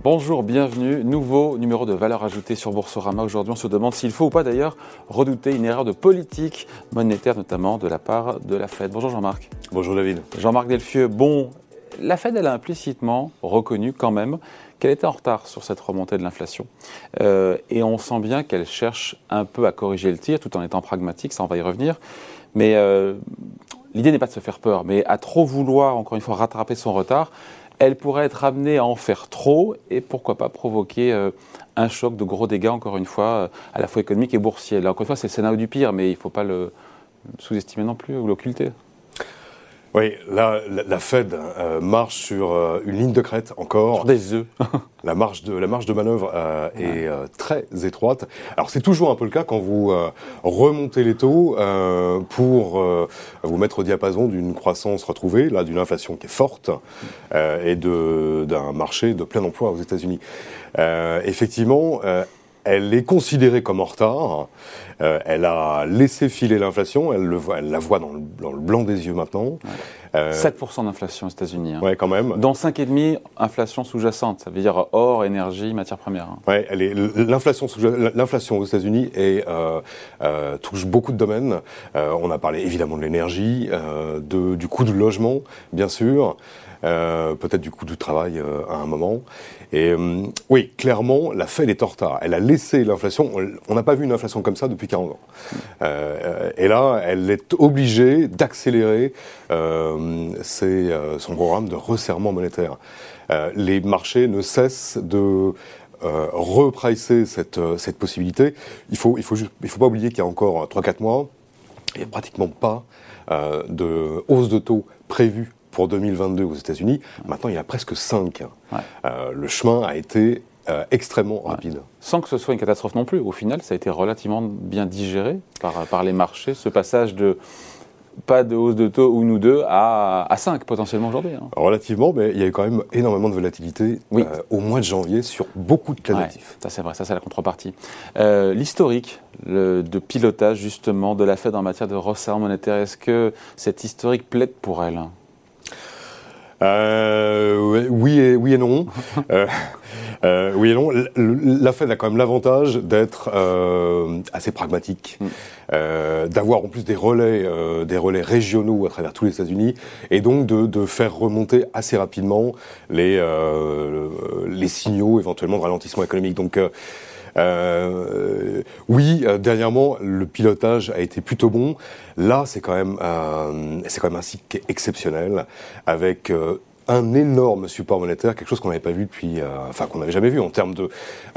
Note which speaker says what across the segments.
Speaker 1: Bonjour, bienvenue. Nouveau numéro de Valeurs Ajoutées sur Boursorama. Aujourd'hui, on se demande s'il faut ou pas d'ailleurs redouter une erreur de politique monétaire, notamment de la part de la Fed. Bonjour Jean-Marc.
Speaker 2: Bonjour David.
Speaker 1: Jean-Marc Delfieux, la Fed, elle a implicitement reconnu quand même qu'elle était en retard sur cette remontée de l'inflation. Et on sent bien qu'elle cherche un peu à corriger le tir, tout en étant pragmatique, ça on va y revenir. Mais l'idée n'est pas de se faire peur, mais à trop vouloir, encore une fois, rattraper son retard, elle pourrait être amenée à en faire trop et pourquoi pas provoquer un choc de gros dégâts, encore une fois, à la fois économique et boursier. Là, encore une fois, c'est le scénario du pire, mais il ne faut pas le sous-estimer non plus ou l'occulter.
Speaker 2: Oui, là, la Fed marche sur une ligne de crête encore.
Speaker 1: Sur des œufs.
Speaker 2: La marge de manœuvre est très étroite. Alors c'est toujours un peu le cas quand vous remontez les taux pour vous mettre au diapason d'une croissance retrouvée, là d'une inflation qui est forte et d'un marché de plein emploi aux États-Unis. Effectivement, elle est considérée comme en retard. Elle a laissé filer l'inflation. Elle la voit dans le blanc des yeux maintenant.
Speaker 1: 7% d'inflation aux États-Unis.
Speaker 2: Ouais, quand même.
Speaker 1: Dans 5,5%, inflation sous-jacente. Ça veut dire or, énergie, matières premières.
Speaker 2: Ouais, l'inflation aux États-Unis touche beaucoup de domaines. On a parlé évidemment de l'énergie, du coût du logement, bien sûr. Peut-être du coût du travail à un moment. Et oui, clairement, la Fed est en retard. Elle a laissé l'inflation. On n'a pas vu une inflation comme ça depuis 40 ans. Et là, elle est obligée d'accélérer son programme de resserrement monétaire. Les marchés ne cessent de repricer cette possibilité. Il faut pas oublier qu'il y a encore 3-4 mois, il n'y a pratiquement pas de hausse de taux prévue pour 2022 aux États-Unis. Maintenant, il y en a presque 5. Ouais. Le chemin a été extrêmement rapide.
Speaker 1: Sans que ce soit une catastrophe non plus. Au final, ça a été relativement bien digéré par les marchés, ce passage de pas de hausse de taux ou nous deux à 5 potentiellement aujourd'hui.
Speaker 2: Relativement, mais il y a eu quand même énormément de volatilité au mois de janvier sur beaucoup de classes d'actifs.
Speaker 1: Ça c'est vrai, ça c'est la contrepartie. L'historique de pilotage justement de la Fed en matière de resserrement monétaire, est-ce que cet historique plaide pour elle ?
Speaker 2: Oui et non. Oui et non. La Fed a quand même l'avantage d'être assez pragmatique, d'avoir en plus des relais régionaux à travers tous les États-Unis, et donc de faire remonter assez rapidement les signaux éventuellement de ralentissement économique. Donc dernièrement, le pilotage a été plutôt bon. Là, c'est quand même un cycle qui est exceptionnel, avec un énorme support monétaire, quelque chose qu'on n'avait pas vu depuis, qu'on n'avait jamais vu en termes de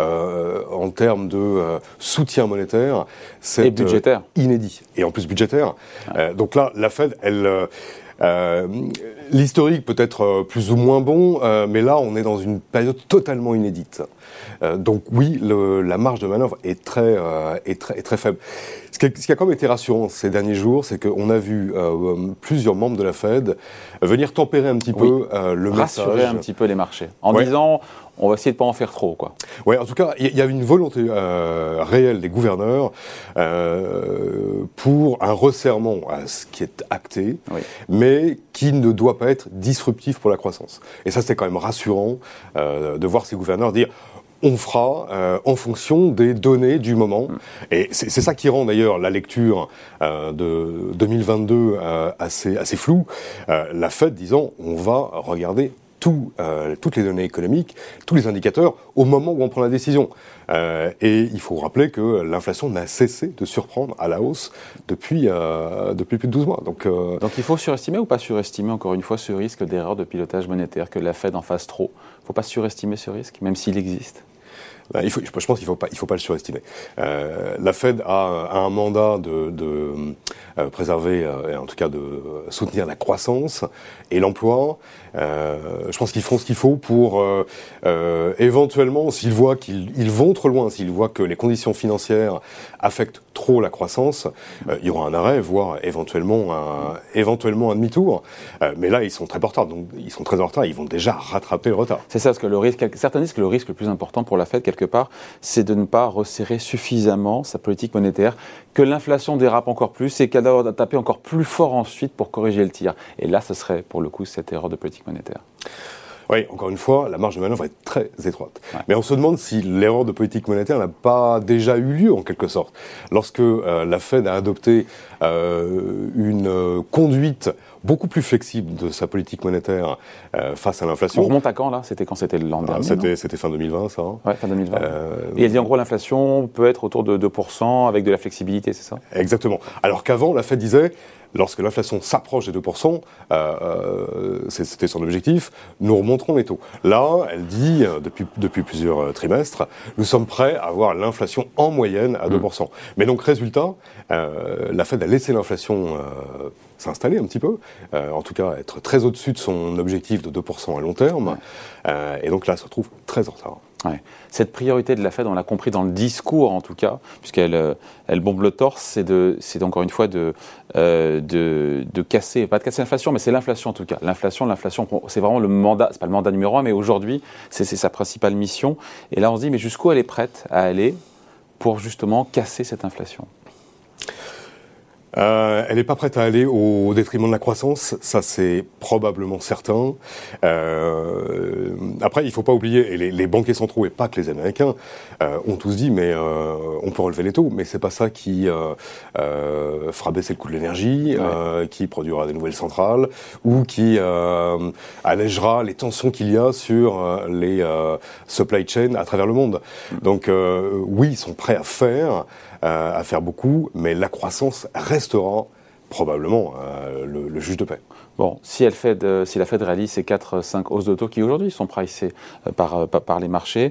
Speaker 2: soutien monétaire.
Speaker 1: Et budgétaire.
Speaker 2: Inédit. Et en plus budgétaire. Donc là, la Fed, l'historique peut être plus ou moins bon, mais là, on est dans une période totalement inédite. Donc oui, la marge de manœuvre est très faible. Ce qui a quand même été rassurant ces derniers jours, c'est qu'on a vu plusieurs membres de la Fed venir tempérer un petit peu le message.
Speaker 1: Rassurer un petit peu les marchés, en disant on va essayer de ne pas en faire trop, quoi.
Speaker 2: Ouais, en tout cas, il y a une volonté réelle des gouverneurs pour un resserrement, ce qui est acté, mais qui ne doit pas être disruptif pour la croissance. Et ça, c'est quand même rassurant de voir ces gouverneurs dire on fera en fonction des données du moment. Et c'est ça qui rend d'ailleurs la lecture de 2022 assez floue. La Fed disant on va regarder toutes les données économiques, tous les indicateurs au moment où on prend la décision. Et il faut rappeler que l'inflation n'a cessé de surprendre à la hausse depuis plus de 12 mois. Donc
Speaker 1: il faut surestimer ou pas surestimer encore une fois ce risque d'erreur de pilotage monétaire, que la Fed en fasse trop. Il ne faut pas surestimer ce risque, même s'il existe.
Speaker 2: Je pense qu'il faut pas le surestimer. La Fed a un mandat de préserver, et en tout cas de soutenir la croissance et l'emploi. Je pense qu'ils feront ce qu'il faut pour éventuellement, s'ils voient qu'ils vont trop loin, s'ils voient que les conditions financières affectent trop la croissance, il y aura un arrêt, voire éventuellement un demi-tour. Mais là, ils sont très en retard, donc ils sont très en retard. Ils vont déjà rattraper le retard.
Speaker 1: C'est ça, parce que certains disent que le risque le plus important pour la Fed, quelque part, c'est de ne pas resserrer suffisamment sa politique monétaire, que l'inflation dérape encore plus et qu'elle doit taper encore plus fort ensuite pour corriger le tir. Et là, ce serait pour le coup cette erreur de politique monétaire.
Speaker 2: Oui, encore une fois, la marge de manœuvre est très étroite.
Speaker 1: Ouais.
Speaker 2: Mais on se demande si l'erreur de politique monétaire n'a pas déjà eu lieu, en quelque sorte. Lorsque la Fed a adopté une conduite beaucoup plus flexible de sa politique monétaire face à l'inflation.
Speaker 1: On remonte à quand, là? C'était quand? C'était l'an dernier,
Speaker 2: C'était fin 2020, ça.
Speaker 1: Ouais, fin 2020. Et elle dit, en gros, l'inflation peut être autour de 2% avec de la flexibilité, c'est ça?
Speaker 2: Exactement. Alors qu'avant, la Fed disait, lorsque l'inflation s'approche des 2%, c'était son objectif, nous remonterons les taux. Là, elle dit, depuis plusieurs trimestres, nous sommes prêts à avoir l'inflation en moyenne à 2%. Mais donc, résultat, la Fed a laissé l'inflation s'installer un petit peu, en tout cas être très au-dessus de son objectif de 2% à long terme, et donc là, elle se retrouve très en retard.
Speaker 1: Ouais. Cette priorité de la Fed, on l'a compris dans le discours en tout cas, puisqu'elle bombe le torse, c'est encore une fois de casser, pas de casser l'inflation, mais c'est l'inflation en tout cas. L'inflation, c'est vraiment le mandat, c'est pas le mandat numéro 1, mais aujourd'hui, c'est sa principale mission. Et là, on se dit, mais jusqu'où elle est prête à aller pour justement casser cette inflation?
Speaker 2: Elle n'est pas prête à aller au détriment de la croissance, ça c'est probablement certain. Après, il ne faut pas oublier, et les banquiers centraux, et pas que les Américains, ont tous dit, mais on peut relever les taux, mais c'est pas ça qui fera baisser le coût de l'énergie, qui produira des nouvelles centrales, ou qui allègera les tensions qu'il y a sur les supply chains à travers le monde. Donc oui, ils sont prêts à faire beaucoup, mais la croissance restera probablement le juge de paix.
Speaker 1: Bon, si la Fed réalise ces 4-5 hausses de taux qui aujourd'hui sont pricées par les marchés,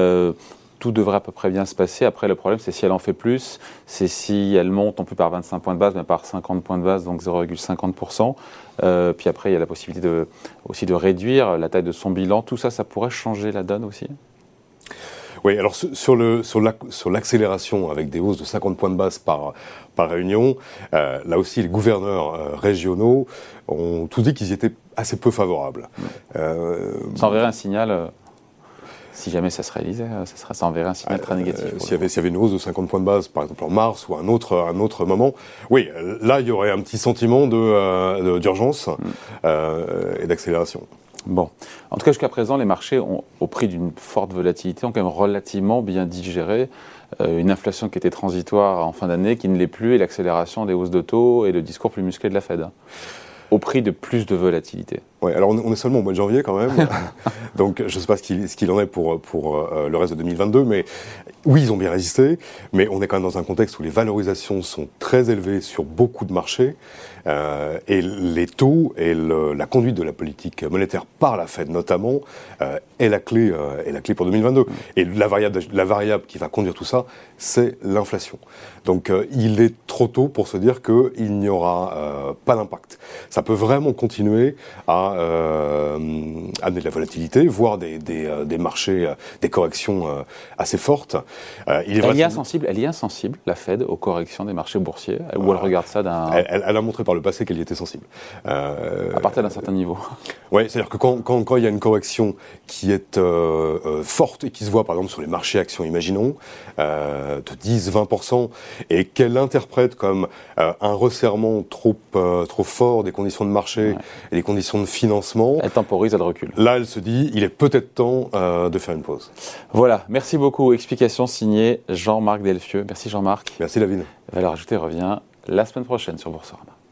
Speaker 1: tout devrait à peu près bien se passer. Après, le problème, c'est si elle en fait plus, c'est si elle monte non plus par 25 points de base, mais par 50 points de base, donc 0,50%. Puis après, il y a la possibilité aussi de réduire la taille de son bilan. Tout ça, ça pourrait changer la donne aussi?
Speaker 2: Oui, alors sur l'accélération avec des hausses de 50 points de base par réunion, là aussi les gouverneurs régionaux ont tous dit qu'ils y étaient assez peu favorables.
Speaker 1: Ça enverrait un signal, si jamais ça se réalisait, ça enverrait un signal très négatif.
Speaker 2: S'il y avait une hausse de 50 points de base, par exemple en mars ou un autre moment, oui, là il y aurait un petit sentiment d'urgence et d'accélération.
Speaker 1: Bon, en tout cas jusqu'à présent, les marchés, au prix d'une forte volatilité, ont quand même relativement bien digéré une inflation qui était transitoire en fin d'année, qui ne l'est plus, et l'accélération des hausses de taux et le discours plus musclé de la Fed, au prix de plus de volatilité.
Speaker 2: Oui, alors on est seulement au mois de janvier quand même, donc je ne sais pas ce qu'il en est pour le reste de 2022, mais oui, ils ont bien résisté, mais on est quand même dans un contexte où les valorisations sont très élevées sur beaucoup de marchés, et les taux et la conduite de la politique monétaire par la Fed notamment est la clé pour 2022. Et la variable qui va conduire tout ça, c'est l'inflation. Donc il est trop tôt pour se dire qu'il n'y aura pas d'impact. Ça peut vraiment continuer à amener de la volatilité, voire des marchés, des corrections assez fortes. Elle y
Speaker 1: est insensible, la Fed, aux corrections des marchés boursiers, ou elle regarde ça d'un...
Speaker 2: Elle a montré par le passé qu'elle y était sensible.
Speaker 1: À partir d'un certain niveau.
Speaker 2: Oui, c'est-à-dire que quand il y a une correction qui est forte et qui se voit par exemple sur les marchés actions, imaginons, de 10-20%, et qu'elle interprète comme un resserrement trop fort des conditions de marché et des conditions de financement.
Speaker 1: Elle temporise, elle recule.
Speaker 2: Là, elle se dit, il est peut-être temps de faire une pause.
Speaker 1: Voilà, merci beaucoup. Explication signée Jean-Marc Delfieux. Merci Jean-Marc.
Speaker 2: Merci David.
Speaker 1: Valeur ajoutée revient la semaine prochaine sur Boursorama.